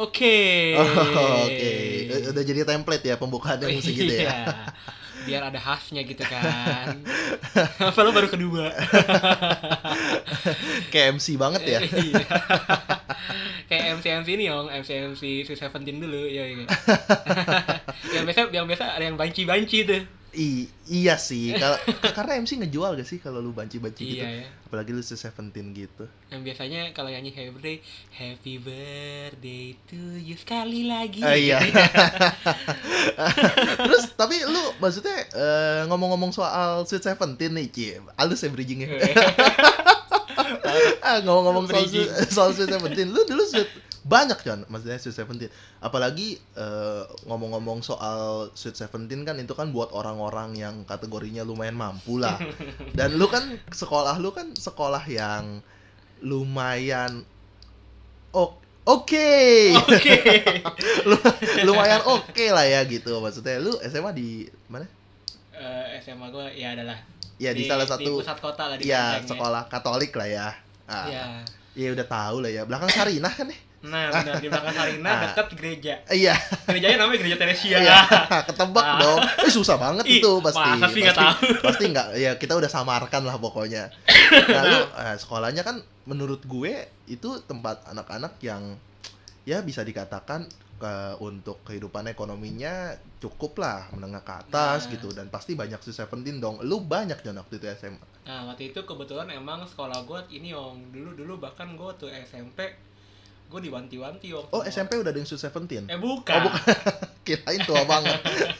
Oke. Oh, oke. Udah jadi template ya pembukaannya musik gitu ya. Iya. Biar ada khasnya gitu kan. Apa lo baru kedua? Kayak MC banget ya. Iya. Kayak MC ini yong, MC si Seventeen dulu ya. Iya. yang biasa ada yang banci tuh. Iya sih, karena MC ngejual gak sih kalau lu banci-banci gitu. Iya ya. Apalagi lu Seventeen gitu. Yang biasanya kalau nyanyi Happy Birthday to you sekali lagi. Iya. Gitu. Terus tapi lu maksudnya ngomong-ngomong soal Sweet Seventeen nih, Ci. Halus ya bridgingnya. Ngomong-ngomong soal Sweet Seventeen, lu dulu banyak kan maksudnya Sweet Seventeen. Apalagi ngomong-ngomong soal Sweet Seventeen kan itu kan buat orang-orang yang kategorinya lumayan mampu lah. Dan lu kan sekolah yang lumayan oke. Lumayan oke lah ya gitu. Maksudnya lu SMA di mana? SMA gue ya adalah ya di salah satu di pusat kota lah di ya Menteng, sekolah Katolik lah ya. Iya udah tahu lah ya. Belakang Sarinah kan nih. Nah, benar di belakang Sarinah dekat gereja. Iya. Gerejanya namanya Gereja Teresia. Iya, ketebak dong. Susah banget itu pasti. Masa sih nggak tahu? Pasti nggak. Ya kita udah samarkan lah pokoknya. Lalu sekolahnya kan menurut gue itu tempat anak-anak yang ya bisa dikatakan untuk kehidupan ekonominya cukup lah menengah ke atas gitu, dan pasti banyak si Seventeen dong. Lu banyak Jon waktu itu SMA. Nah, waktu itu kebetulan emang sekolah gue ini dulu bahkan gue tuh SMP gue diwanti-wanti waktu. Oh, SMP udah ada yang Sweet Seventeen? Bukan. Oh, bukan. Kirain tua banget.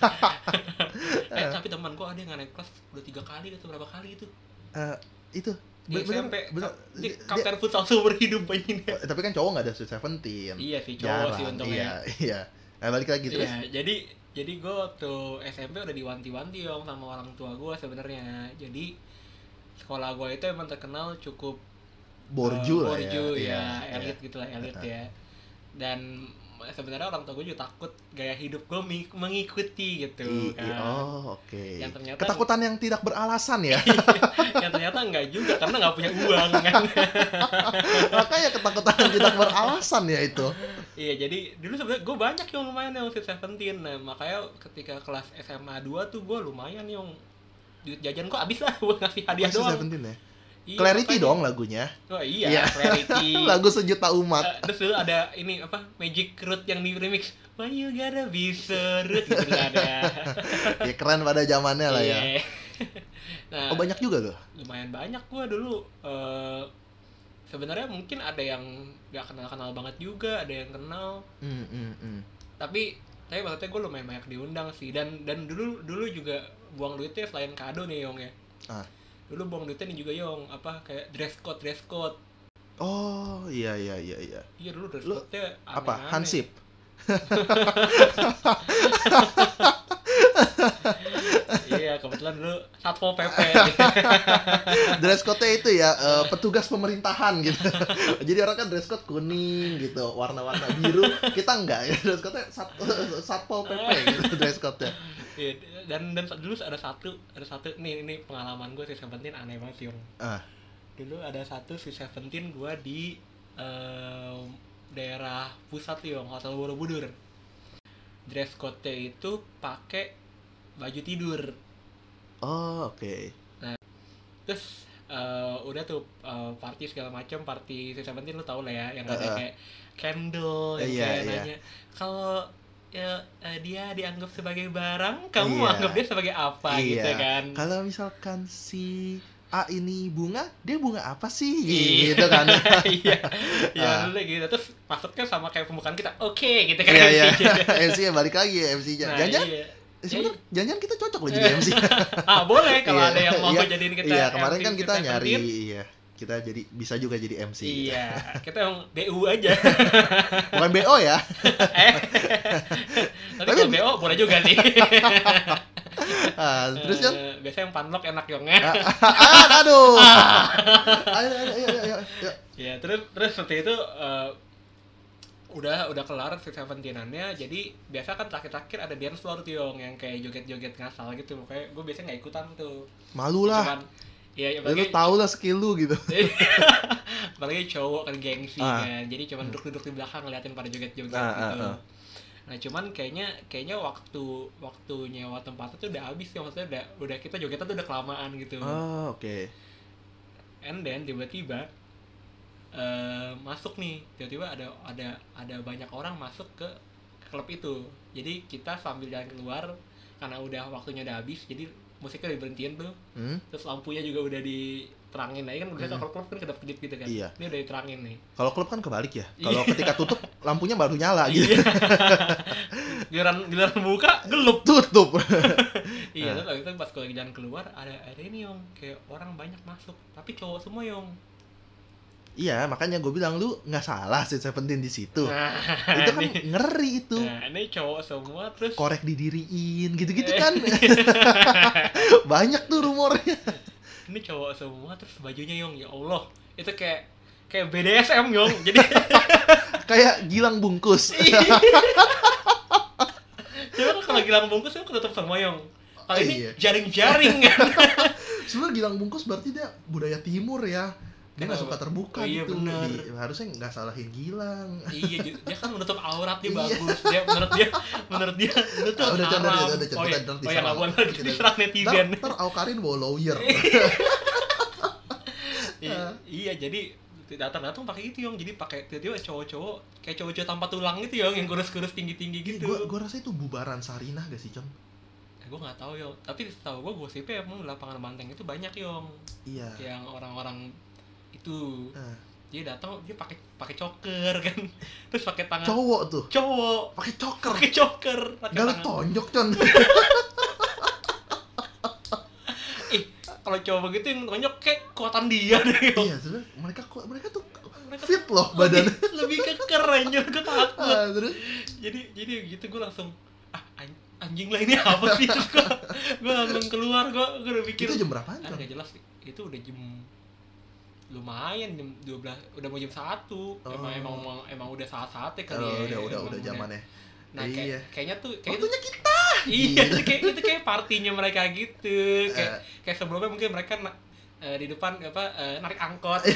Tapi teman gue ada yang naik kelas udah 3 kali atau berapa kali itu. Itu di SMP kapten futsal seumur hidup ini. Tapi kan cowok nggak ada Sweet Seventeen. Iya sih, cowok sih untungnya. Iya. Balik lagi terus. Iya, jadi gue waktu SMP udah diwanti-wanti sama orang tua gue sebenarnya. Jadi sekolah gue itu emang terkenal cukup borju ya, elit gitulah, elit ya. Dan sebenarnya orang tua gue juga takut gaya hidup gue mengikuti gitu kan. Oke. Yang ternyata ketakutan yang tidak beralasan ya. Yang ternyata enggak juga karena nggak punya uang kan. Makanya ketakutan yang tidak beralasan ya itu. Iya, jadi dulu sebenarnya gue banyak yang lumayan yang Sweet Seventeen. Nah, makanya ketika kelas SMA 2 tuh gue lumayan yang duit jajan kok habis lah buat ngasih hadiah doang. Sweet Seventeen ya. Iya, Clarity dong lagunya. Oh iya. Clarity. Lagu sejuta umat. Terus dulu ada ini Magic Root yang di remix. Why you gotta be so rude gitu ada. Ya keren pada zamannya lah ya. Nah, banyak juga loh. Lumayan banyak gua dulu. Sebenarnya mungkin ada yang gak kenal banget juga, ada yang kenal. Tapi maksudnya gue lumayan banyak diundang sih, dan dulu juga buang duitnya selain kado nih Yong ya. Dulu buang duitnya nih juga Yong, kayak dress code. Oh iya. Iya dulu dress code-nya apa? Hansip. Iya, kebetulan dulu Satpol PP. Dress code-nya itu ya petugas pemerintahan gitu. Jadi orang kan dress code kuning gitu, warna-warna biru. Kita enggak ya, dress code-nya Satpol PP gitu dress code-nya. Iya, dan dulu ada satu ini pengalaman gue si Seventeen aneh banget sih, Yong. Dulu ada satu si Seventeen gue di daerah pusat Yong, Hotel Borobudur. Dress code-nya itu pakai baju tidur. Oh, oke. Nah, terus udah tuh party segala macam, party si Seventeen lu tau lah ya, yang ada kayak candle, yang kayak nanya kalau dia dianggap sebagai barang, kamu anggap dia sebagai apa gitu kan. Kalau misalkan si A ini bunga, dia bunga apa sih gitu kan. Iya dulu gitu. Terus masuknya sama kayak pembukaan kita, oke gitu kan. MC-nya balik lagi ya, MC-nya. Sebenarnya jangan kita cocok loh jadi MC. Boleh kalau ada yang mau jadiin kita. Iya, kemarin kan kita nyari kita jadi bisa juga jadi MC. Iya, kita yang BU aja. Bukan BO ya. Tapi kalau BO boleh juga sih. Terus kan biasanya yang panlok enak Yongnya. Aduh. Ayo. Ya, terus seperti itu udah kelar si Seventeen-annya. Jadi biasa kan terakhir ada dance floor tuh Yong, yang kayak joget-joget ngasal gitu. Makanya gue biasanya nggak ikutan tuh. Malu lah. Iya, lu tau lah skill lu gitu. apalagi cowok kan gengsi kan, jadi cuma duduk di belakang ngeliatin pada joget-joget gitu. Nah cuman kayaknya waktu nyewa tempatnya tuh udah habis ya, maksudnya udah kita jogetnya tuh udah kelamaan gitu. Oke. And then tiba-tiba masuk nih, tiba-tiba ada banyak orang masuk ke klub itu. Jadi kita sambil jalan keluar karena udah waktunya udah habis, jadi musiknya diberhentiin tuh. Terus lampunya juga udah diterangin. Nah, kan biasanya kalau klub kan kedap-kedip gitu kan. Iya. Ini udah diterangin nih. Kalau klub kan kebalik ya. Kalau ketika tutup lampunya baru nyala gitu. Giliran buka gelap tutup. Iya, terus itu pas gue lagi jalan keluar ada ini Yong, kayak orang banyak masuk, tapi cowok semua Yong. Iya, makanya gue bilang lu nggak salah sih Seventeen di situ. Nah, itu kan ngeri itu. Nah, ini cowok semua terus korek didiriin gitu-gitu kan. Banyak tuh rumornya. Ini cowok semua terus bajunya Yong, ya Allah, itu kayak BDSM Yong. Jadi kayak Gilang Bungkus. Coba kalau Gilang Bungkus itu ketutup semua Yong. Kalau ini iya. Jaring-jaring kan. Sebenarnya Gilang Bungkus berarti dia budaya timur ya. Dia nggak suka terbuka iya, gitu. Harusnya nggak salahin Gilang. Iya, dia kan menutup aurat, dia bagus. Dia menurut dia itu udah haram. Oh ya nggak boleh diserang netizen. Ntar Aukarin bawa lawyer. Iya, jadi datang pakai itu Yong. Jadi pakai tiba-tiba cowok-cowok kayak cowok-cowok tanpa tulang itu Yong, yang kurus-kurus tinggi-tinggi gitu. Gue rasa itu bubaran Sarinah gak sih, Con? Gue nggak tahu Yong. Tapi setahu gue gosipnya emang di lapangan banteng itu banyak Yong. Iya. Yang orang-orang itu dia datang, dia pakai choker kan, terus pakai tangan cowok pakai choker nggak lu tonjok Con. Kalau cowok begitu yang tonjok kayak kuatan dia deh. Iya, sebenarnya mereka tuh fit loh badannya, lebih keker anjir, gue takut. Terus jadi gitu gue langsung anjing lah, ini apa sih, terus gue langsung keluar. Gue udah pikir itu jam berapaan kan nggak jelas, itu udah jam lumayan, jam 12, udah mau jam 1. Emang udah saat-saatnya kali ya. Udah zamannya. Nah, iya. Kayaknya waktunya kita. Iya, itu kayak partinya mereka gitu. Kayak sebelumnya mungkin mereka di depan narik angkot.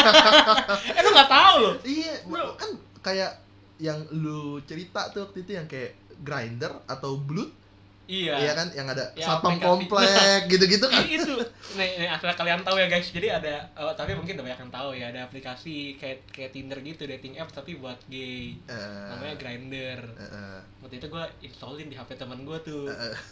Lu nggak tahu loh. Iya, kan kayak yang lu cerita tuh waktu itu yang kayak Grindr atau Blood. Iya kan, yang ada satpam komplek gitu-gitu kan. Itu. Nih asal kalian tahu ya guys. Jadi ada tapi mungkin udah banyak yang tahu ya, ada aplikasi kayak Tinder gitu, dating app tapi buat gay. Namanya Grindr. Waktu itu gue installin di HP teman gue tuh.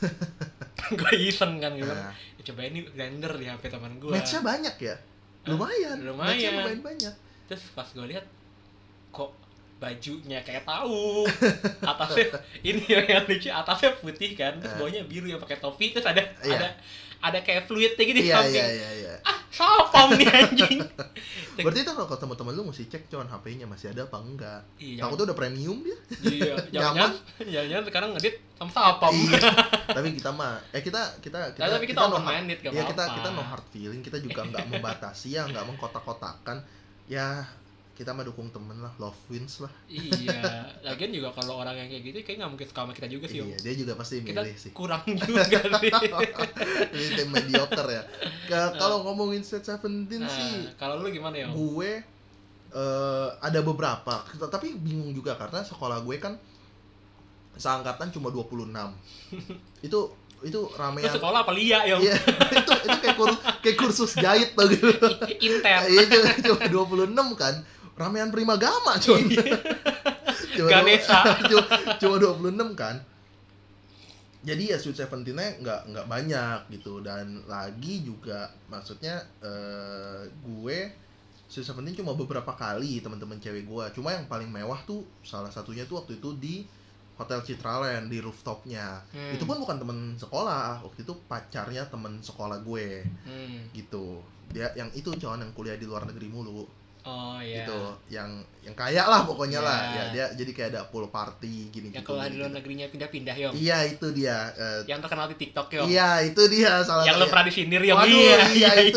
Gue iseng kan gitu. Cobain nih Grindr di HP teman gue. Match-nya banyak ya? Lumayan. Match-nya lumayan banyak. Terus pas gue lihat kok bajunya kayak tahu, atasnya ini yang lucu, atasnya putih kan, terus bawahnya biru yang pakai topi, terus ada kayak fluidnya gitu. Iya. Sapam nih anjing. Berarti itu kalau teman-teman lu mesti cek Con HP-nya masih ada apa enggak. Takutnya udah premium dia. Iya, jangan sekarang ngedit sama sapam. Iya. Tapi kita mah tapi kita open minded, enggak apa-apa. Kita no hard feeling, kita juga enggak membatasi ya, enggak mengkotak-kotakan. Ya kita mah dukung temen lah, love wins lah. Iya, lagian juga kalau orang yang kayak gitu kayak nggak mungkin suka sama kita juga sih. Iya, dia juga pasti milih sih. Kurang juga sih. Ini tim mediocre ya. Kalau ngomongin Sweet Seventeen sih, kalau lu gimana ya? Gue ada beberapa, tapi bingung juga karena sekolah gue kan seangkatan cuma 26. itu ramean. Itu sekolah apa lia ya? Iya, itu kayak kursus jahit tuh gitu. Intern. Iya, cuma 26 kan. Ramean Primagama, Con. Ganesha. Cuma 26 kan. Jadi ya Sweet Seventeen-nya nggak banyak gitu. Dan lagi juga maksudnya gue Sweet Seventeen cuma beberapa kali teman-teman cewek gue. Cuma yang paling mewah tuh salah satunya tuh waktu itu di Hotel Citraland di rooftopnya. Itu pun bukan temen sekolah, waktu itu pacarnya temen sekolah gue. Gitu. Dia yang itu Con, yang kuliah di luar negeri mulu. Oh iya. Gitu, yang kaya lah pokoknya lah. Ya dia jadi kayak ada pool party gini. Yang kalau di luar negerinya pindah-pindah Yong. Iya itu dia. Yang terkenal di TikTok Yong. Iya itu dia salah. Yang lo pernah disindir Yong. Waduh, iya itu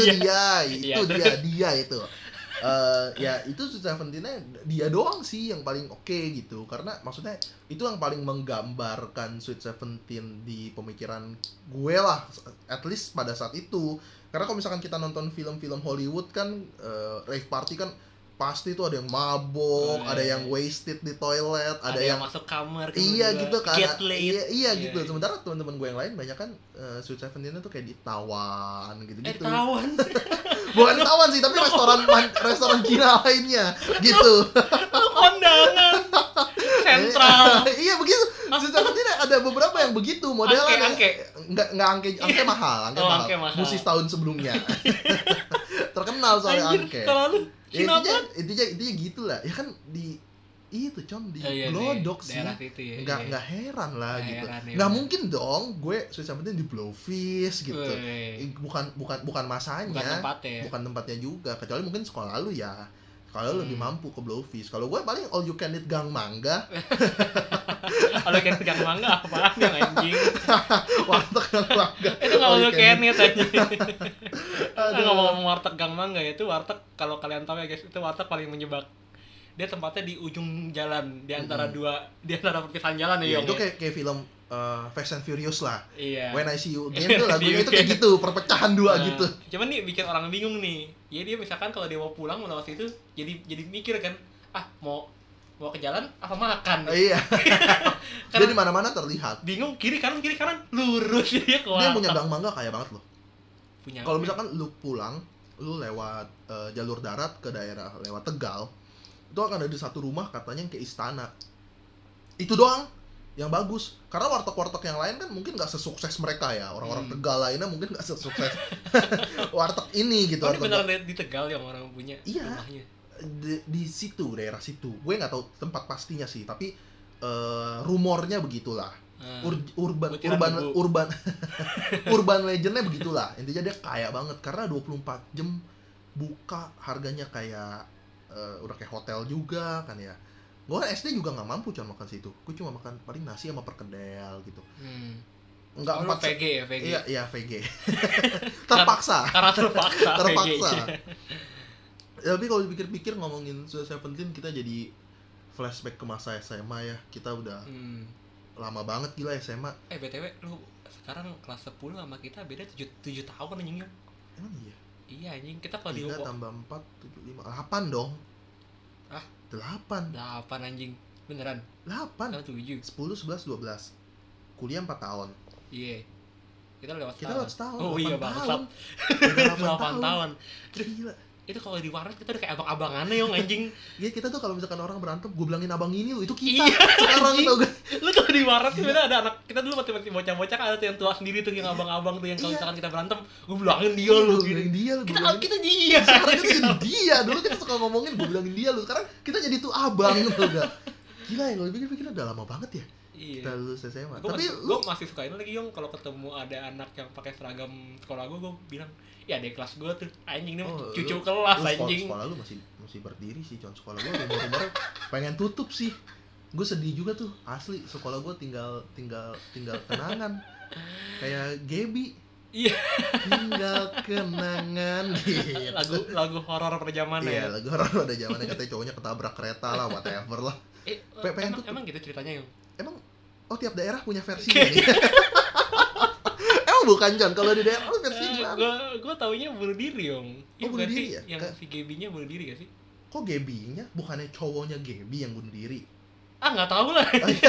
dia itu. Ya itu Sweet Seventeen-nya dia doang sih yang paling oke gitu, karena maksudnya itu yang paling menggambarkan Sweet Seventeen di pemikiran gue lah, at least pada saat itu. Karena kalau misalkan kita nonton film-film Hollywood kan rave party kan pasti tuh ada yang mabok, ada yang wasted di toilet, ada yang masuk kamar iya gitu kan, iya gitu. Sementara teman-teman gue yang lain banyak kan Sweet Seventeen tuh kayak ditawan gitu-gitu. Tawan. Bukan tawan sih, tapi restoran Cina lainnya gitu. Kondangan sentral. Iya begitu. Sweet Seventeen ada beberapa yang begitu modelnya. Enggak angke mahal, angke mahal. Musik tahun sebelumnya. Terkenal soalnya angke. Kalau lu intinya gitulah. Ya kan di itu di Glodok sih. Enggak heran lah gitu. Enggak mungkin dong gue Sweet Seventeen di Blowfish gitu. Bukan masanya. Bukan tempatnya juga. Kecuali mungkin sekolah lu ya. Kalau lebih mampu ke Blowfish. Kalau gue paling all you can eat Gang Mangga. All you can eat Gang Mangga apa yang anjing? Warteg Gang Mangga. Itu enggak all you can eat anjing. Ngomong warteg Gang Mangga itu warteg, kalau kalian tahu ya guys, itu warteg paling menjebak. Dia tempatnya di ujung jalan, di antara perpisahan jalan ya. Itu kayak film Fast and Furious lah. Iya. When I See You Again tuh lagunya itu kayak gitu, perpecahan dua gitu. Cuman nih bikin orang bingung nih. Ya dia misalkan kalau dia mau pulang melewat situ, jadi mikir kan, mau ke jalan apa makan? Iya. Dia di mana-mana terlihat. Bingung kiri kanan lurus dia ke warteg. Dia punya Gang Mangga kaya banget loh. Kalau misalkan lu pulang, lu lewat jalur darat ke daerah lewat Tegal, itu akan ada satu rumah katanya yang kayak istana. Itu doang yang bagus. Karena warteg-warteg yang lain kan mungkin nggak sesukses mereka ya. Orang-orang Tegal lainnya mungkin nggak sesukses warteg ini gitu. Ini beneran di Tegal yang orang punya rumahnya? Di situ, daerah situ. Gue nggak tahu tempat pastinya sih, tapi rumornya begitulah. Urban legendnya begitulah. Intinya dia kaya banget karena 24 jam buka, harganya kayak udah kayak hotel juga kan ya. Gue SD juga nggak mampu cuma makan situ. Gue cuma makan paling nasi sama perkedel gitu. Enggak 4 VG ya, VG. Iya, VG. Terpaksa. Karena terpaksa. Tapi kalau dipikir-pikir ngomongin Sweet Seventeen, kita jadi flashback ke masa SMA ya. Kita udah lama banget gila SMA. BTW lu sekarang kelas 10 sama kita beda 7 tahun anjing. Emang iya? Iya anjing, kita kalau di 3 tambah 4, 7, 5, 8 dong. 8 anjing. Beneran? 8 7 10, 11, 12 kuliah 4 tahun. Iya. Kita lewat setahun. Oh iya bangsat. 8 tahun. Gila. Itu kalau di warnet kita udah kayak abang-abangannya yang anjing. Iya, kita tuh kalau misalkan orang berantem, gue bilangin abang ini lu, itu kita. Iya, sekarang tau gak? Lu kalau di warnet sebenarnya ada anak, kita dulu masih bocah-bocah kan ada tuh yang tua sendiri tuh, yang abang-abang tuh yang kalau misalkan kita berantem, gue bilangin dia lu. Kita dia. Sekarang kita jadi dia. Dulu kita suka ngomongin gue bilangin dia lu. Sekarang kita jadi tuh abang tau gak? Gila ya, kalau pikir-pikir udah lama banget ya. Iya. Kita lulus SMA. Tapi gue masih suka ini lagi kalau ketemu ada anak yang pakai seragam sekolah gue bilang, ya adik kelas gue tuh anjing nih cucu kelas anjing. Sekolah lu masih berdiri sih, Con. Sekolah gue umur-umur pengen tutup sih. Gue sedih juga tuh, asli. Sekolah gue tinggal kenangan. Kayak Gaby. Iya. Tinggal kenangan gitu. Lagu horor pada zamannya. Iya, lagu horor pada zamannya, katanya cowoknya ketabrak kereta lah, whatever lah. Emang gitu ceritanya yang? Emang tiap daerah punya versinya nih. Emang bukan, John, kalau di daerah lu versinya gimana? Gue taunya bunuh diri, Yong. Bunuh diri ya? Yang si Gaby-nya bunuh diri gak sih? Kok Gaby-nya? Bukannya cowoknya Gaby yang bunuh diri? Nggak tahu lah.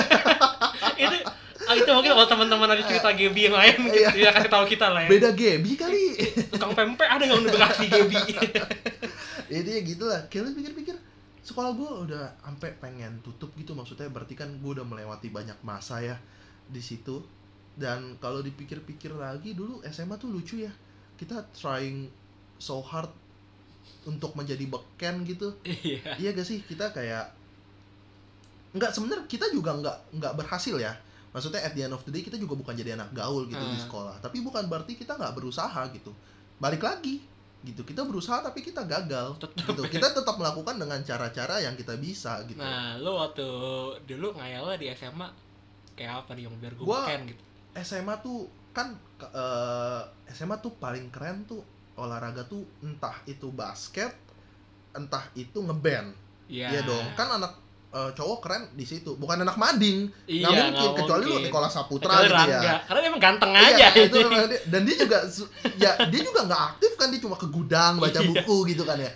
Itu mungkin kalau teman-teman ada cerita Gaby yang lain, dia kasih tahu kita lah ya. Beda Gaby kali. Tukang pempek ada nggak Bekasi Gaby? Jadi ya gitulah. Kayak lu pikir-pikir, sekolah gue udah sampai pengen tutup gitu, maksudnya berarti kan gue udah melewati banyak masa ya di situ. Dan kalau dipikir-pikir lagi, dulu SMA tuh lucu ya, kita trying so hard untuk menjadi beken gitu. Iya gak sih, kita kayak sebenarnya kita juga nggak berhasil ya, maksudnya at the end of the day kita juga bukan jadi anak gaul gitu di sekolah, tapi bukan berarti kita nggak berusaha gitu. Balik lagi gitu, kita berusaha tapi kita gagal gitu. Kita tetap melakukan dengan cara-cara yang kita bisa gitu. Nah, lo waktu dulu ngayalnya di SMA kayak apa nih yang biar gue beken gitu? SMA tuh kan SMA tuh paling keren tuh olahraga tuh, entah itu basket, entah itu ngeband. Iya dong, kan anak cowok keren di situ, bukan anak mading. Nggak mungkin, kecuali lu Nicholas Saputra gitu ya. Karena emang ganteng aja. Itu dan dia juga nggak aktif kan, dia cuma ke gudang baca buku gitu kan ya.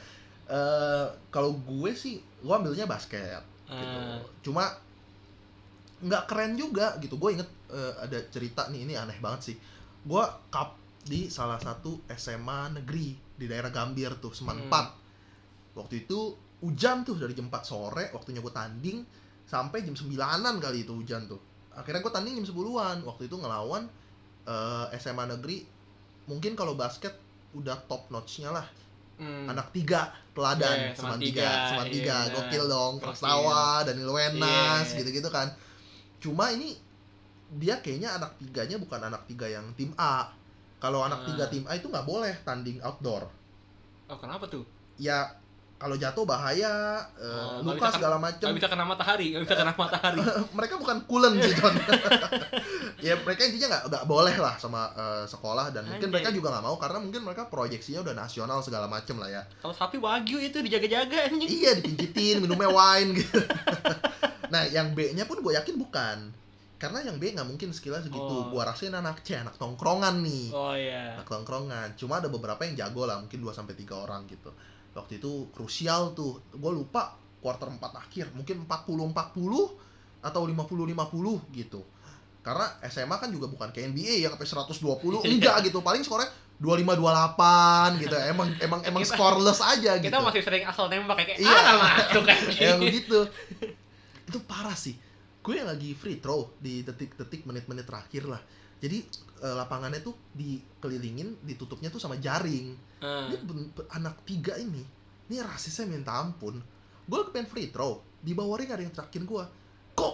Kalau gue sih, gue ambilnya basket gitu. Cuma nggak keren juga gitu. Gue inget ada cerita nih, ini aneh banget sih. Gue cup di salah satu SMA negeri di daerah Gambir tuh, Seman 4. Waktu itu hujan tuh dari jam 4 sore, waktunya gue tanding sampai jam 9-an kali itu hujan tuh. Akhirnya gue tanding jam 10-an. Waktu itu ngelawan SMA negeri. Mungkin kalau basket udah top notch-nya lah. Anak 3 teladan, Seman 3, gokil dong. Prastawa, Daniel Wenas, gitu-gitu kan. Cuma ini dia kayaknya anak 3-nya bukan anak 3 yang tim A. Kalau anak 3 tim A itu nggak boleh tanding outdoor. Oh, kenapa tuh? Ya kalau jatuh bahaya, luka segala macam. Nggak bisa kena matahari. Mereka bukan kulen sih, John. Ya mereka intinya nggak boleh lah sama sekolah, dan mungkin mereka juga nggak mau karena mungkin mereka proyeksinya udah nasional segala macam lah ya. Kalau sapi wagyu itu dijaga-jaga anjing. Iya, dipijitin, minumnya wine gitu. Nah yang B-nya pun gue yakin bukan, karena yang B nggak mungkin skillnya segitu. Gue rasain anak C, anak tongkrongan nih. Anak tongkrongan. Cuma ada beberapa yang jago lah, mungkin 2-3 orang gitu. Waktu itu krusial tuh, gue lupa quarter 4 akhir, mungkin 40-40 atau 50-50 gitu. Karena SMA kan juga bukan kayak NBA yang sampai 120, enggak gitu, paling skornya 25-28 gitu. Emang scoreless aja gitu. Kita masih sering asal nembak kayak masuk kan. Yang gitu. Itu parah sih. Gue yang lagi free throw di detik-detik menit-menit terakhir lah. Jadi lapangannya tuh dikelilingin, ditutupnya tuh sama jaring. Ini anak 3 ini rasisnya minta ampun. Gue pengen free throw, di bawah ring ada yang terakin gue. Kok?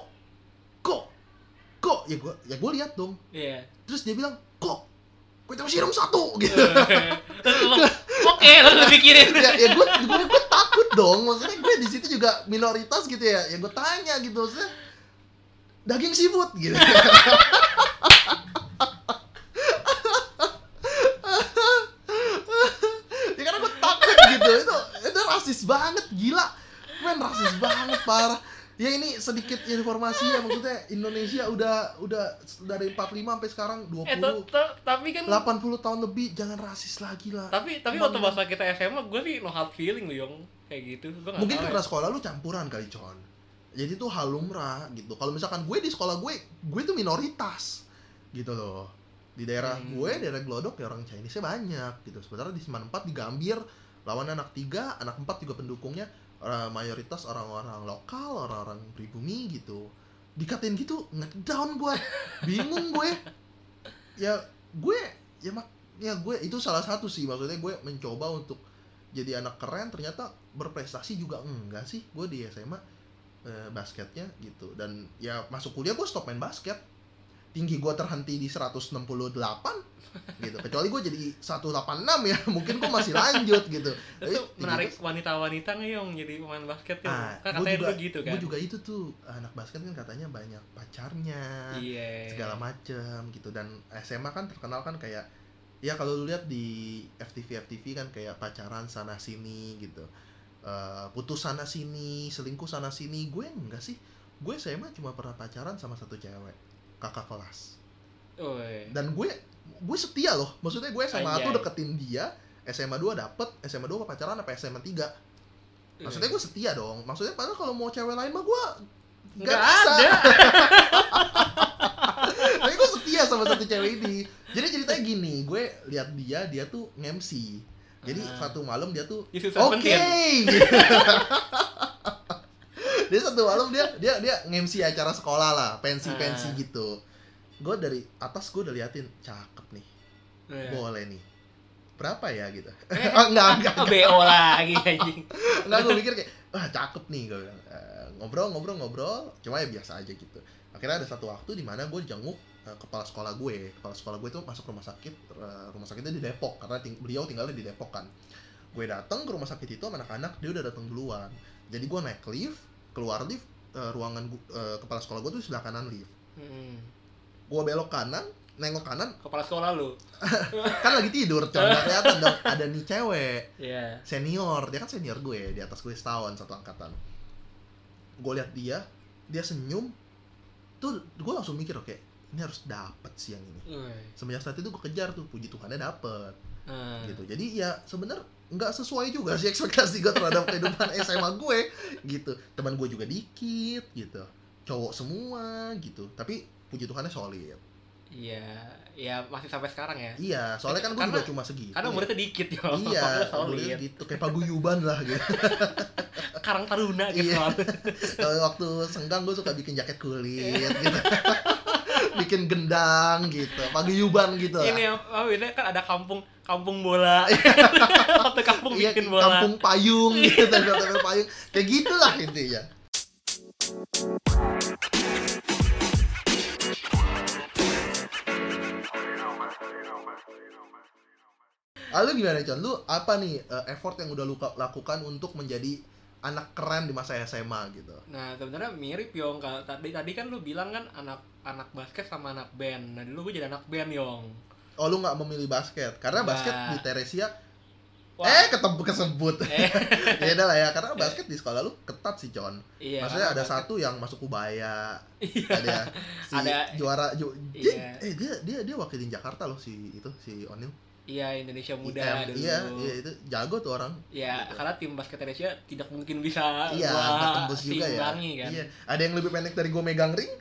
Ya gue lihat dong. Terus dia bilang, kok? Gue coba siram 1 gitu. Oke, lalu pikirin. Ya gue takut dong. Maksudnya gue di situ juga minoritas gitu ya. Ya gue tanya gitu, maksudnya daging seafood gitu. Ya karena gue takut gitu. Itu rasis banget, gila. Men, rasis banget, parah. Ya ini sedikit informasi ya, maksudnya Indonesia udah dari 45 sampai sekarang 20. Tapi kan 80 tahun lebih, jangan rasis lagi lah. Tapi waktu masa kita SMA, gue sih no hard feeling loh, Yong. Kayak gitu. Mungkin karena sekolah lu campuran kali, Con. Jadi tuh hal lumrah gitu. Kalau misalkan gue di sekolah gue tuh minoritas gitu loh. Di daerah gue, daerah Glodok ya orang Chinese-nya banyak gitu. Sementara di Seman 4 di Gambir lawan anak 3, anak 4 juga pendukungnya mayoritas orang-orang lokal, orang-orang pribumi gitu. Dikatain gitu, ngedown gue. Bingung gue. Ya gue itu salah satu sih, maksudnya gue mencoba untuk jadi anak keren, ternyata berprestasi juga enggak sih gue di SMA basketnya gitu. Dan ya masuk kuliah gue stop main basket. Tinggi gue terhenti di 168 gitu. Kecuali gue jadi 186 ya, mungkin gue masih lanjut gitu. Itu menarik wanita-wanita nggak Yong jadi pemain basket ya? Kan katanya dulu gitu kan. Gue juga itu tuh, anak basket kan katanya banyak pacarnya, segala macem gitu. Dan SMA kan terkenal kan kayak, ya kalau lu lihat di FTV kan kayak pacaran sana sini gitu. Putus sana sini, selingkuh sana sini. Gue enggak sih. Gue SMA cuma pernah pacaran sama satu cewek, kakak kelas. Dan gue setia loh. Maksudnya gue SMA 1 deketin dia, SMA 2 dapet, SMA 2 pacaran sampai SMA 3. Maksudnya gue setia dong. Maksudnya padahal kalau mau cewek lain mah gue gak bisa. Ada. Tapi gue setia sama satu cewek ini. Jadi ceritanya gini, gue lihat dia tuh nge-MC. Jadi satu malam dia tuh oke. Dia satu malam dia nge-MC acara sekolah lah, pensi gitu. Gue dari atas gue udah liatin, cakep nih. Boleh nih. Berapa ya gitu. Enggak. BO lagi anjing. Enggak, gue mikir kayak cakep nih gue bilang. Ngobrol, cuma ya biasa aja gitu. Akhirnya ada satu waktu di mana gue dijenguk kepala sekolah gue. Kepala sekolah gue itu masuk rumah sakitnya di Depok karena beliau tinggalnya di Depok kan. Gue datang ke rumah sakit itu sama anak-anak, dia udah datang duluan. Jadi gue naik lift, keluar lift, ruangan kepala sekolah gue tuh sebelah kanan lift. Gue belok kanan, nengok kanan, kepala sekolah lu kan lagi tidur, coba kelihatan dong ada nih cewek senior, dia kan senior gue, di atas gue setahun, satu angkatan. Gue lihat dia senyum, tuh gue langsung mikir oke, ini harus dapet sih yang ini. Semenjak saat itu gue kejar tuh, puji Tuhannya dapet. Gitu. Jadi ya sebenarnya nggak sesuai juga sih ekspektasi gue terhadap kehidupan SMA gue gitu. Teman gue juga dikit gitu, cowok semua gitu, tapi puji Tuhannya solid. Iya, ya masih sampai sekarang ya. Iya, soalnya kan gue juga cuma segitu. Karena umurnya dikit ya. Iya, umurnya gitu, kayak paguyuban lah gitu. Karang Taruna gitu. Iya. Kalau waktu senggang gue suka bikin jaket kulit gitu. Bikin gendang gitu, paguyuban gitu lah. Ini ini kan ada kampung bola. Waktu kampung Iya, bikin bola. kampung payung gitu, tempel payung. Kayak gitulah intinya. Lalu gimana, Con? Lu apa nih effort yang udah lu lakukan untuk menjadi anak keren di masa SMA gitu? Nah, sebenarnya mirip Yong. Tadi kan lu bilang kan anak basket sama anak band. Nah, dulu gue jadi anak band, Yong. Oh, lu nggak memilih basket? Karena basket di Theresia kesebut. Ya udah lah ya, karena basket di sekolah lu ketat sih, Con. Iya, maksudnya ada satu yang masuk Ubaya. Iya. Ada juara iya. Dia wakilin Jakarta loh si Onil. Iya, Indonesia Muda dulu. Iya, itu jago tuh orang. Iya, gitu. Karena tim basket Indonesia tidak mungkin bisa tembus juga ya. Kan? Iya. Ada yang lebih pendek dari gue megang ring.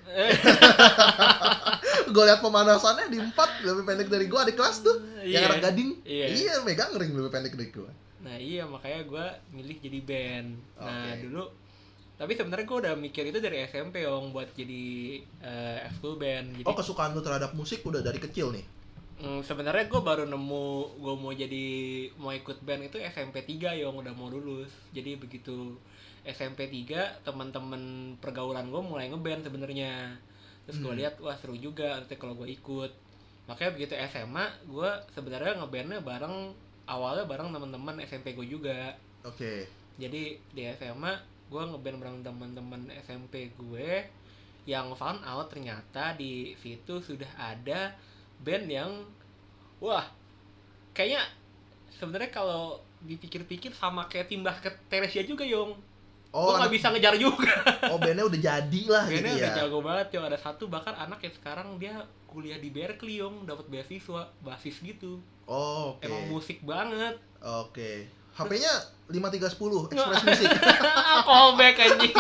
Gue lihat pemanasannya di 4 lebih pendek dari gue di kelas tuh. Yang anak gading. Iya, megang ring lebih pendek dari gue. Nah, iya makanya gue milih jadi band. Nah, dulu tapi sebenarnya gue udah mikir itu dari SMP Yong buat jadi ekskul band. Jadi, kesukaan lu terhadap musik udah dari kecil nih? Sebenarnya gue baru nemu gue mau ikut band itu SMP 3 Yong, udah mau lulus. Jadi begitu SMP 3 teman-teman pergaulan gue mulai ngeband sebenarnya. Terus gue lihat wah seru juga nanti kalau gue ikut. Makanya begitu SMA gue sebenarnya ngebandnya awalnya bareng teman-teman SMP gue juga. Oke. Jadi di SMA gue ngeband bareng teman-teman SMP gue yang found out ternyata di situ sudah ada band yang wah kayaknya sebenarnya kalau dipikir-pikir sama kayak tim basket Theresia juga Yong. Gue nggak bisa ngejar juga. Bandnya udah jadi lah bandnya gitu ya. Bandnya udah jago banget Yong. Ada satu bahkan anak yang sekarang dia kuliah di Berkeley Yong, dapat beasiswa basis gitu. Oke. Emang musik banget. Oke. HP-nya 5310 Express Music. Callback anjing.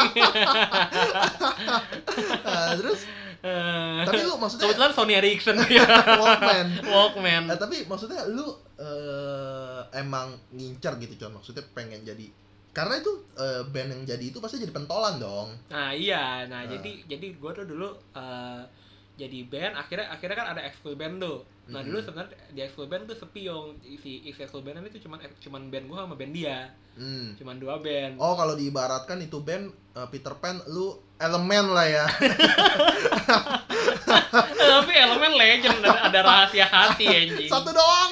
Terus tapi lu maksudnya kebetulan Sony Ericsson ya. Walkman. Tapi maksudnya lu emang ngincer gitu Con, maksudnya pengen jadi, karena itu band yang jadi itu pasti jadi pentolan dong. Nah iya, jadi gue tuh dulu jadi band, akhirnya kan ada ekskul band tuh. Nah dulu sebenarnya di ekskul band tuh sepi Yong, isi ekskul band itu cuman band gue sama band dia. Cuman 2 band. Oh, kalau diibaratkan itu band Peter Pan, lu elemen lah ya. Tapi elemen legend, ada rahasia hati anjing. Satu doang.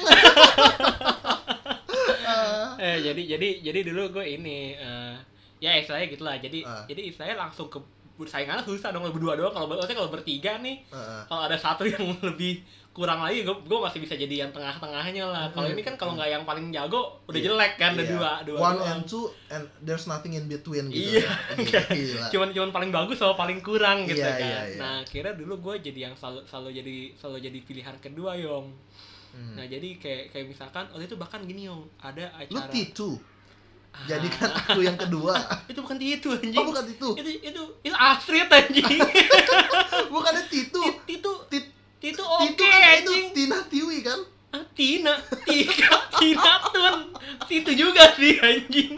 Jadi dulu gue ini ya istilahnya gitulah. Jadi istilahnya langsung ke saingannya susah dong, berdua doang. Kalau bertiga nih, kalau ada satu yang lebih kurang lagi, gue masih bisa jadi yang tengah-tengahnya lah. Kalau ini kan kalau nggak yang paling jago udah jelek kan, ada dua. One and two and there's nothing in between gitu. Iya. Cuman paling bagus sama paling kurang gitu kan. Iya. Nah kira dulu gue jadi yang selalu jadi pilihan kedua Yong. Nah jadi kayak misalkan waktu itu bahkan gini Yong, ada acara. Lu T2. Jadi kan aku yang kedua. Itu bukan T2 anjing. Oh, bukan T2. Itu Astrid anjing. Bukan T2. Itu oke anjing. Itu Tina Tiwi kan? Tina Tun. Itu juga sih anjing.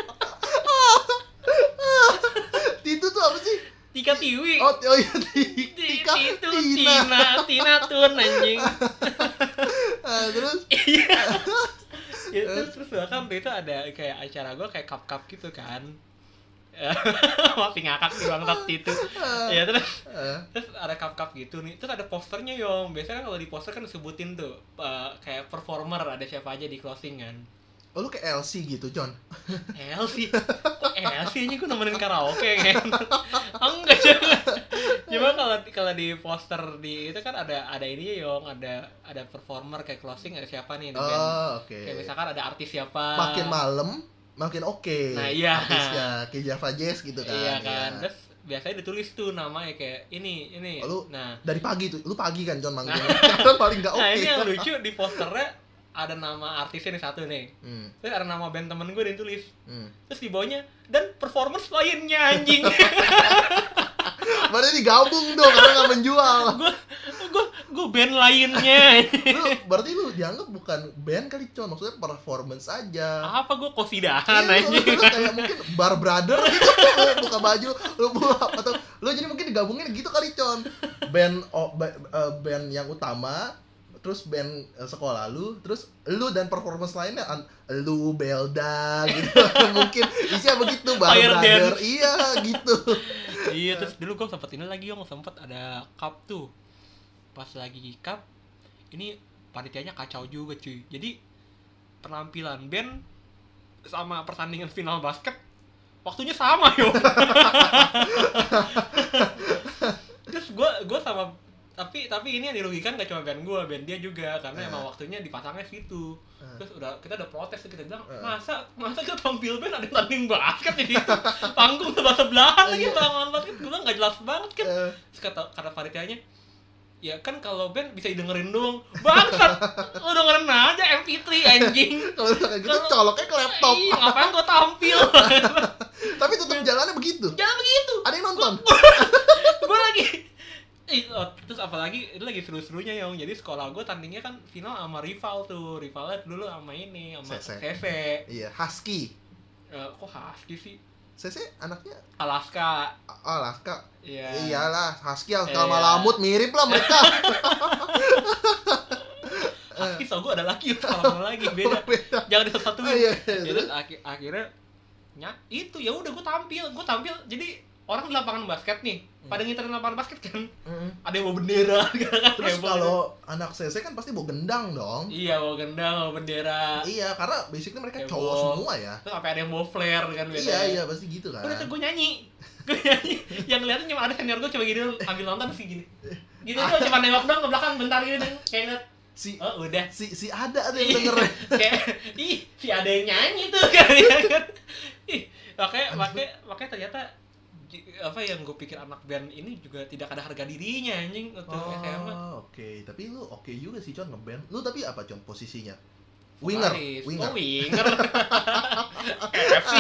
Itu tuh apa sih? Tika Tiwi. Oh iya, Tika. Tina Tun anjing. Terus? Ya, terus bahkan itu ada kayak acara gue kayak cup gitu kan. Masih ngakak sih bangsat itu. Ya terus ada cup gitu nih. Terus ada posternya Yong. Biasanya kan kalau di poster kan disebutin tuh kayak performer ada siapa aja di closing kan. Oh, lu kayak LC gitu, John? LC? Kok LC aja gue nemenin karaoke kan? Enggak juga. Cuma kalau di poster di itu kan ada ini Yong, ada performer kayak closing ada siapa nih di band. Oke. Kayak misalkan ada artis siapa. Makin malam makin oke. Nah iya. Artisnya kayak Java Jazz gitu kan. Iya kan. Terus biasanya ditulis tuh namanya kayak ini. Oh, lu nah dari pagi tuh, lu pagi kan John manggilnya. Karena paling nggak oke. Nah ini yang lucu di posternya ada nama artisnya nih satu nih. Terus ada nama band temen gue yang tulis. Terus di bawahnya dan performance lainnya anjing. Berarti digabung dong karena nggak menjual. Gue band lainnya. Berarti lu dianggap bukan band kali Con, maksudnya performance aja. Apa gue kosidahan anjing. Lu kayak mungkin bar brother gitu, lu buka baju, lu atau lu jadi mungkin digabungin gitu kali Con. Band yang utama, terus band sekolah lu, terus lu dan performance lainnya lu Belda gitu. Mungkin isinya begitu, bar brother. Iya gitu. Iya, terus dulu gue sempet ini lagi sempet ada cup tuh. Pas lagi cup, ini panitianya kacau juga cuy. Jadi penampilan band sama pertandingan final basket waktunya sama yo. Terus gue sama tapi ini yang dirugikan gak cuma band dia juga karena emang waktunya dipasangnya situ. Terus kita udah protes, kita bilang masa kita tampil band ada tanding basket di situ, panggung sebelah-sebelahan lagi lapangan basket. Gue bilang nggak jelas banget kan. Terus kata panitianya, ya kan kalau band bisa didengerin doang. Bangsat, lu dengerin aja MP3 anjing. Kalau kayak gitu coloknya ke laptop. Iya, ngapain gua tampil? Tapi tetap jalannya begitu. Jalan begitu. Ada yang nonton. Gua lagi terus apalagi itu lagi seru-serunya Yong. Jadi sekolah gue tandingnya kan final sama rival tuh. Rivalnya dulu sama ini, sama Sese. Iya, Husky. Kok Husky sih? Sese anaknya Alaska. Alaska. Iya. Iyalah, Husky sama Malamut mirip lah mereka. Husky so gue ada lagi, sama lagi beda. Jangan disatuin. Terus akhirnya itu ya udah gue tampil. Jadi orang di lapangan basket nih, pada ngiterin lapangan basket kan, ada yang bawa bendera kan. Terus kalau anak CC kan pasti bawa gendang dong. Iya, bawa gendang, bawa bendera. Iya, karena basically mereka cowok semua ya. Terus apa ada yang bawa flare kan biasanya. Iya, pasti gitu kan. Udah tuh gue nyanyi. Yang ngeliatin cuma ada senior gue cuma gini ambil nonton sih gini. Gitu tuh cuma nengok dong ke belakang bentar gitu kayak udah si ada yang denger. Kayak si ada yang nyanyi tuh kan. Makanya ternyata apa yang gue pikir anak band ini juga tidak ada harga dirinya anjing waktu SMA. Oke. Tapi lu oke juga sih Con ngeband. Lu tapi apa Con posisinya? Winger. Winger. FC.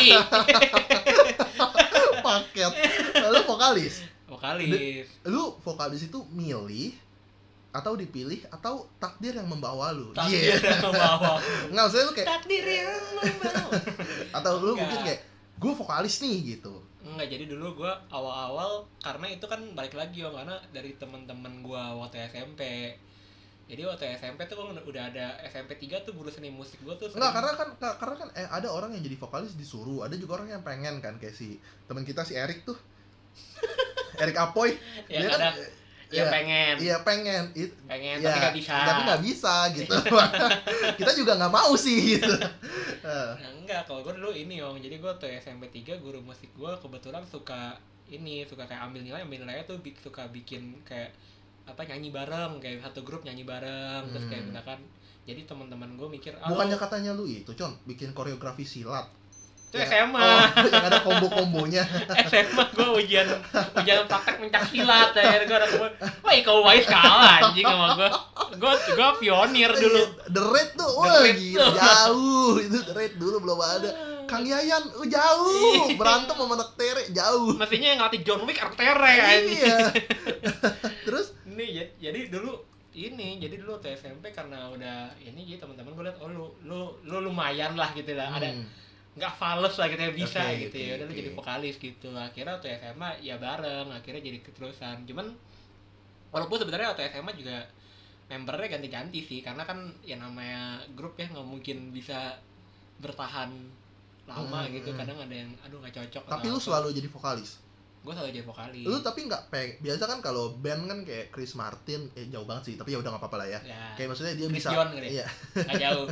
Paket. Lu vokalis. Lu vokalis itu milih atau dipilih atau takdir yang membawa lu? Takdir yang membawa. Enggak, maksudnya lu kayak takdir yang membawa. Atau lu mungkin kayak gue vokalis nih gitu. Enggak, jadi dulu gue awal-awal karena itu kan balik lagi karena dari teman-teman gue waktu SMP. Jadi waktu SMP tuh gue udah ada SMP 3 tuh guru seni musik gue tuh enggak, karena kan ada orang yang jadi vokalis disuruh, ada juga orang yang pengen kan, kayak si teman kita si Erik tuh. Erik Apoy. Ya, dia kan pengen. Iya, pengen. Tapi nggak bisa gitu. Kita juga nggak mau sih gitu. Enggak, kalau gue dulu ini jadi gue tuh SMP 3 guru musik gue kebetulan suka kayak ambil nilainya tuh suka bikin kayak nyanyi bareng, kayak satu grup nyanyi bareng. Terus kayak misalkan jadi teman-teman gue mikir bukannya katanya lu itu Con bikin koreografi silat itu SMA. Yang ada kombo-kombonya. SMA gue ujian praktek pencak silat ya. Gue ada wah kau wise kalah anjing sama gue pionir dulu. The Raid tuh wah gila jauh itu. The Raid dulu belum ada. Kang Yayan jauh berantem sama anak tere jauh. Mestinya yang ngelatih John Wick anak tere anjing. Iya. Terus ini jadi dulu tuh SMP karena udah ini jadi teman-teman gue liat lu lumayan lah gitu lah. Ada nggak fales lah gitu ya bisa gitu ya udah lu jadi vokalis gitu. Akhirnya waktu SMA ya bareng, akhirnya jadi keterusan. Cuman walaupun sebenarnya waktu SMA juga membernya ganti-ganti sih karena kan ya namanya grup ya nggak mungkin bisa bertahan lama gitu. Kadang ada yang nggak cocok. Tapi lu selalu jadi vokalis? Gue selalu jadi vokalis. Lu tapi nggak biasa kan kalau band kan kayak Chris Martin jauh banget sih tapi ya udah nggak apa-apa lah ya. Kayak maksudnya dia Chris bisa John gitu ya? Nggak jauh.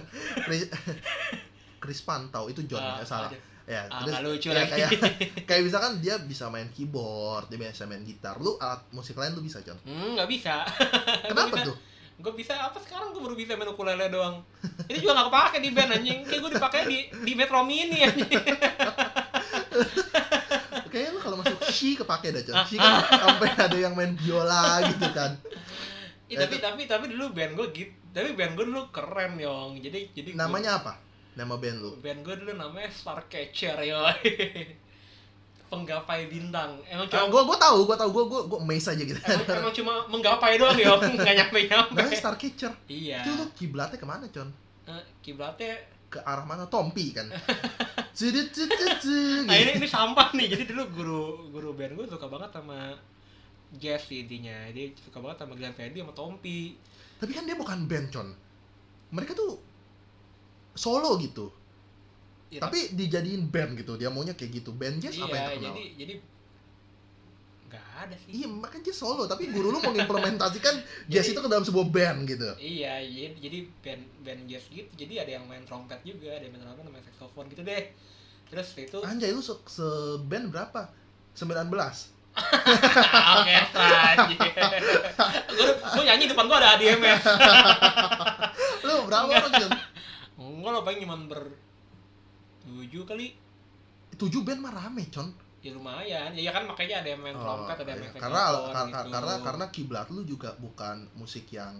Chris Pantau itu John salah. Ya, terus lucu ya, kayak misalkan dia bisa main keyboard, dia bisa main gitar. Lu alat musik lain lu bisa, John? Nggak bisa. Kenapa tuh? Gue bisa sekarang gue baru bisa main ukulele doang. Ini juga nggak kepake di band anjing. Kayak gue dipakai di Metro Mini anjing. Kayaknya lu kalau masuk She kepake dah, John. She kan sampai ada yang main biola gitu kan. Tapi dulu band gue gitu. Tapi band gue dulu keren Yong. Jadi namanya apa? Nama band lu? Band gue dulu namanya Starcatcher Yong. Penggapai bintang. Emang cuma gue tahu, gue amazed aja gitu. Emang cuma menggapai doang Yong, nggak nyampe. Nah, Starcatcher. Iya. Itu lu kiblatnya kemana, Con? Kiblatnya ke arah mana? Tompi kan. Nah, ini sampah nih. Jadi dulu guru band gue suka banget sama jazz intinya. Dia suka banget sama Glenn Fredly sama Tompi. Tapi kan dia bukan band, Con. Mereka tuh solo gitu. Ya, tapi dijadiin band gitu. Dia maunya kayak gitu. Band jazz apa yang terkenal? Jadi nggak ada sih. Iya, makanya jazz solo. Tapi guru lu mau implementasikan jazz itu ke dalam sebuah band gitu. Iya, jadi band jazz gitu. Jadi ada yang main trompet juga, ada yang main trompet, main saxophone gitu deh. Terus itu anjay, lu se-band berapa? 19? Orkestra anjir. Gue nyanyi depan gue ada ADMS. Lu berapa orang? Enggak lo paling cuma 7 kali. 7 band mah rame, Con. Ya lumayan. Ya kan makanya ada yang main trompet, ada yang main saxophone gitu. Karena kiblat lu juga bukan musik yang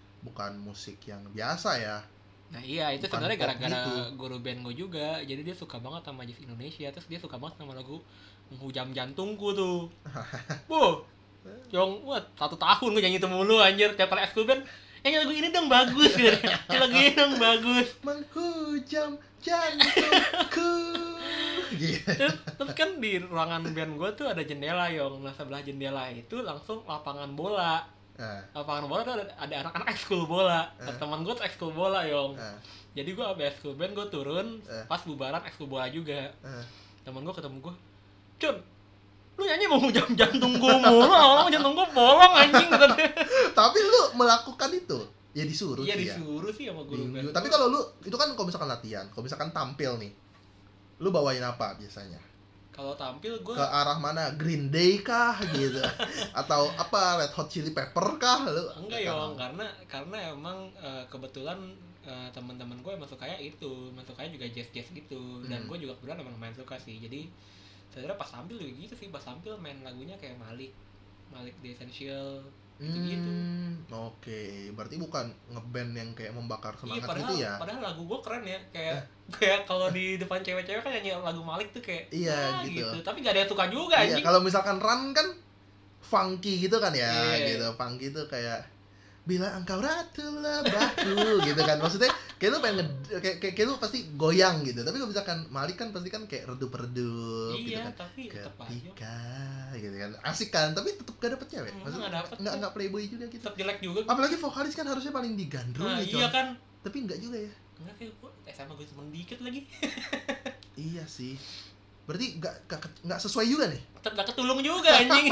biasa ya. Nah iya, itu sebenarnya gara-gara guru band gue juga. Jadi dia suka banget sama jazz Indonesia. Terus dia suka banget sama lagu Menghujam Jantungku tuh. Yong, 1 tahun gue nyanyi itu mulu anjir. Tiap kali ekskul band, nyanyi lagu ini dong bagus gitu. Lagu ini dong bagus. Menghujam jantungku. Terus kan di ruangan band gue tuh ada jendela Yong. Nah sebelah jendela itu langsung lapangan bola. Lapangan bola tuh ada anak-anak ekskul bola. Teman gue tuh ekskul bola Yong. Jadi gue abis ekskul band gue turun pas bubaran ekskul bola juga. Teman gue ketemu gue, Cun, lu nyanyi Menghujam Jantungku mulu, awalnya jantung gue bolong anjing. Tapi lu melakukan itu? Ya disuruh sih. Iya disuruh sih sama guru band. Tapi kalau lu itu kan kalau misalkan latihan, kalau misalkan tampil nih, lu bawain apa biasanya? Kalau tampil gue ke arah mana? Green Day kah gitu? Atau apa? Red Hot Chili Pepper kah? Lu enggak Yong, karena emang kebetulan teman-teman gue emang sukanya itu, emang sukanya juga jazz gitu. Dan gue juga kebetulan emang main suka sih. Jadi sebenarnya pas tampil juga gitu sih, pas tampil main lagunya kayak Malik The Essential gitu-gitu. Oke, berarti bukan ngeband yang kayak membakar semangat gitu ya? Padahal lagu gue keren ya, kayak kalau di depan cewek-cewek kan nyanyi lagu Malik tuh kayak gitu. Tapi gak ada yang suka juga anjing. Iya, kalau misalkan Run kan funky gitu kan ya, gitu. Funky tuh kayak bila engkau ratu lebahku gitu kan. Maksudnya kayak lu pengen kayak lu pasti goyang gitu. Tapi kalau misalkan Malik kan pasti kan kayak redup-redup gitu kan. Tapi ketika gitu kan. Asik kan, tapi tetep gak dapet cewek. Maksudnya enggak playboy juga gitu. Tetep jelek juga. Apalagi vokalis kan harusnya paling digandrung gitu. Iya kan. Tapi enggak juga ya. Enggak, kayak gue SMA gue cuma dikit lagi. Iya sih. Berarti enggak sesuai juga nih. Tetep gak ketulung juga anjing.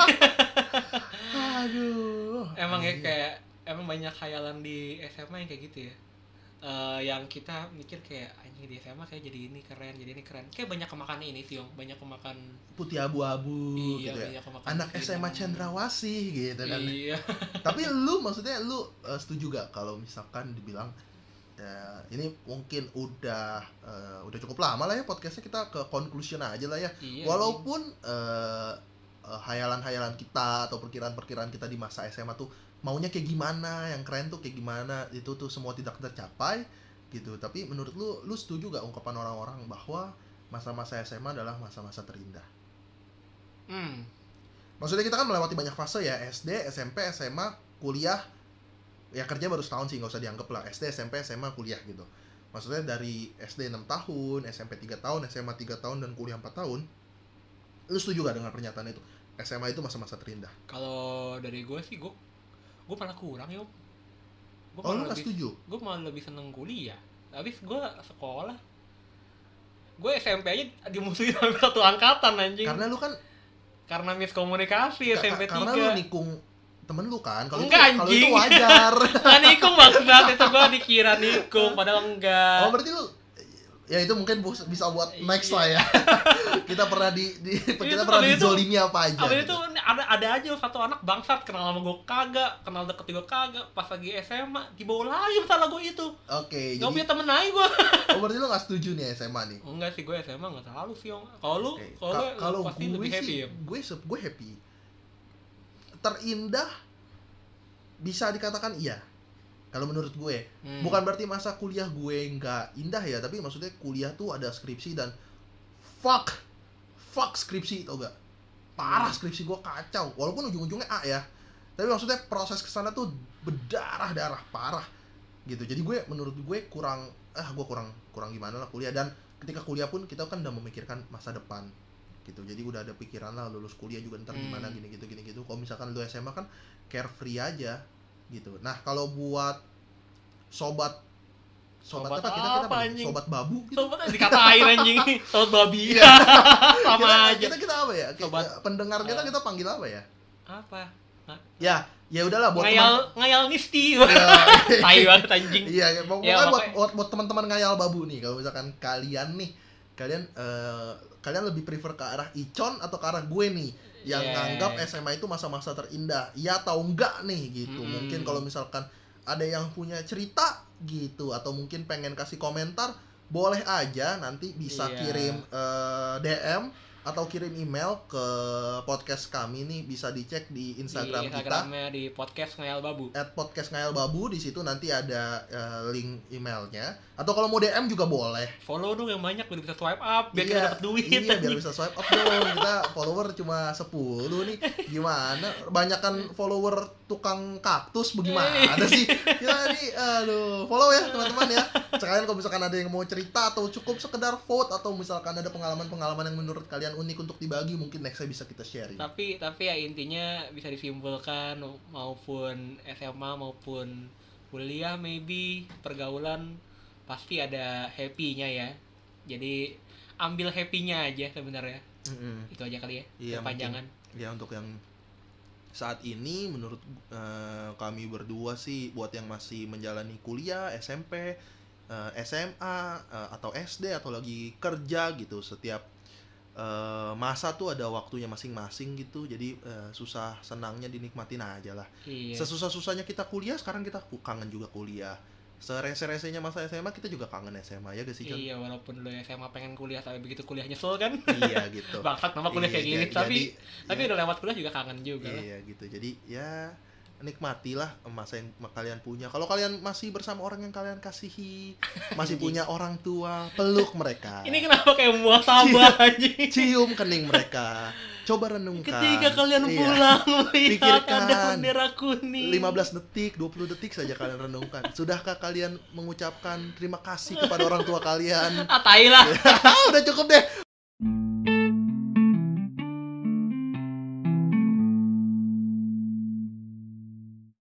Aduh. Emang banyak khayalan di SMA yang kayak gitu ya. Yang kita mikir kayak anjing di SMA kayak jadi ini keren. Kayak banyak kemakan ini sih, banyak kemakan putih abu-abu gitu ya. Anak SMA Cendrawasih gitu kan. Iya. Tapi maksudnya lu setuju gak kalau misalkan dibilang ini mungkin udah cukup lama lah ya podcastnya, kita ke conclusion aja lah ya. Iya, walaupun hayalan-hayalan kita atau perkiraan-perkiraan kita di masa SMA tuh maunya kayak gimana, yang keren tuh kayak gimana, itu tuh semua tidak tercapai gitu. Tapi menurut lu setuju gak ungkapan orang-orang bahwa masa-masa SMA adalah masa-masa terindah? Maksudnya kita kan melewati banyak fase ya, SD, SMP, SMA, kuliah. Ya kerja baru setahun sih, gak usah dianggap lah SD, SMP, SMA, kuliah gitu. Maksudnya dari SD 6 tahun, SMP 3 tahun, SMA 3 tahun, dan kuliah 4 tahun. Lu setuju gak dengan pernyataan itu? SMA itu masa-masa terindah. Kalau dari gue sih, gue malah kurang yuk. Lu gak setuju? Gue malah lebih seneng kuliah. Habis gue sekolah, gue SMP aja dimusuhin sampai 1 angkatan anjing. Karena miskomunikasi SMP 3. Karena lu nikung temen lu kan? Kalau itu wajar. Nggak nikung maksudnya, itu gue dikira nikung, padahal enggak. Oh berarti lu, ya itu mungkin bisa buat next lah ya. Kita pernah kita pernah dizolimi apa aja. Abis gitu. Itu ada aja satu anak bangsat, kenal sama gue kagak, kenal deket juga kagak, pas lagi SMA dibawa lagi masalah gue itu. Oke. Gak punya temen aja gue. Oh berarti lu gak setuju nih SMA nih? Enggak sih, gue SMA gak terlalu sih. Kalau lu pasti lebih happy ya? Gue happy. Terindah bisa dikatakan iya. Kalau menurut gue, bukan berarti masa kuliah gue nggak indah ya, tapi maksudnya kuliah tuh ada skripsi dan fuck skripsi, tau gak? Parah skripsi gue kacau, walaupun ujung-ujungnya A ya, tapi maksudnya proses kesana tuh berdarah-darah parah gitu. Jadi gue, menurut gue kurang gimana lah kuliah. Dan ketika kuliah pun kita kan udah memikirkan masa depan gitu, jadi udah ada pikiran lah lulus kuliah juga ntar gimana gini gitu. Kalau misalkan lu SMA kan carefree aja gitu. Nah, kalau buat sobat apa kita sobat babu gitu. Sobat dikatain anjing, sobat babi. Sama aja. Kita apa ya? Sobat pendengar kita panggil apa ya? Apa? Ya udahlah buat ngayal nisti. Tai banget anjing. Iya, pokoknya buat teman-teman ngayal babu nih, kalau misalkan kalian lebih prefer ke arah Icon atau ke arah gue nih yang nganggap SMA itu masa-masa terindah, iya atau enggak nih gitu. Mungkin kalau misalkan ada yang punya cerita gitu atau mungkin pengen kasih komentar, boleh aja, nanti bisa kirim DM atau kirim email ke podcast kami nih, bisa dicek di Instagramnya kita di podcast Ngayal Babu @podcastngayalbabu. Di situ nanti ada link emailnya, atau kalau mau DM juga boleh. Follow dong yang banyak biar bisa swipe up, biar kita dapat duit. Iya, biar bisa swipe up dong. Kita follower cuma 10 nih, gimana? Banyakan follower tukang kaktus bagaimana sih? Ya nih, aduh, follow ya teman-teman ya. Sekalian kalau misalkan ada yang mau cerita atau cukup sekedar vote, atau misalkan ada pengalaman-pengalaman yang menurut kalian unik untuk dibagi, mungkin nextnya bisa kita sharing. Tapi ya intinya bisa disimpulkan, maupun SMA maupun kuliah maybe pergaulan pasti ada happy-nya ya. Jadi ambil happy-nya aja sebenarnya. Itu aja kali ya. Iya, kepanjangan. Ya, untuk yang saat ini menurut kami berdua sih, buat yang masih menjalani kuliah, SMP, SMA atau SD atau lagi kerja gitu, setiap masa tuh ada waktunya masing-masing gitu. Jadi susah senangnya dinikmatin aja lah. Iya. Sesusah-susahnya kita kuliah, sekarang kita kangen juga kuliah. Serese-resenya masa SMA kita juga kangen SMA, ya gak sih, John? Iya, walaupun lo SMA pengen kuliah tapi begitu kuliah nyesel kan. Iya gitu. Bangsat nama kuliah kayak gini, tapi udah lewat kuliah juga kangen juga lah. Iya gitu. Jadi ya nikmatilah masa yang kalian punya. Kalau kalian masih bersama orang yang kalian kasihi, masih punya orang tua, peluk mereka. Ini kenapa kayak muasabah anjing? Cium kening mereka. Coba renungkan. Ketika kalian pulang melihat ada bendera kuning. 15 detik, 20 detik saja kalian renungkan. Sudahkah kalian mengucapkan terima kasih kepada orang tua kalian? Tai lah. Udah cukup deh.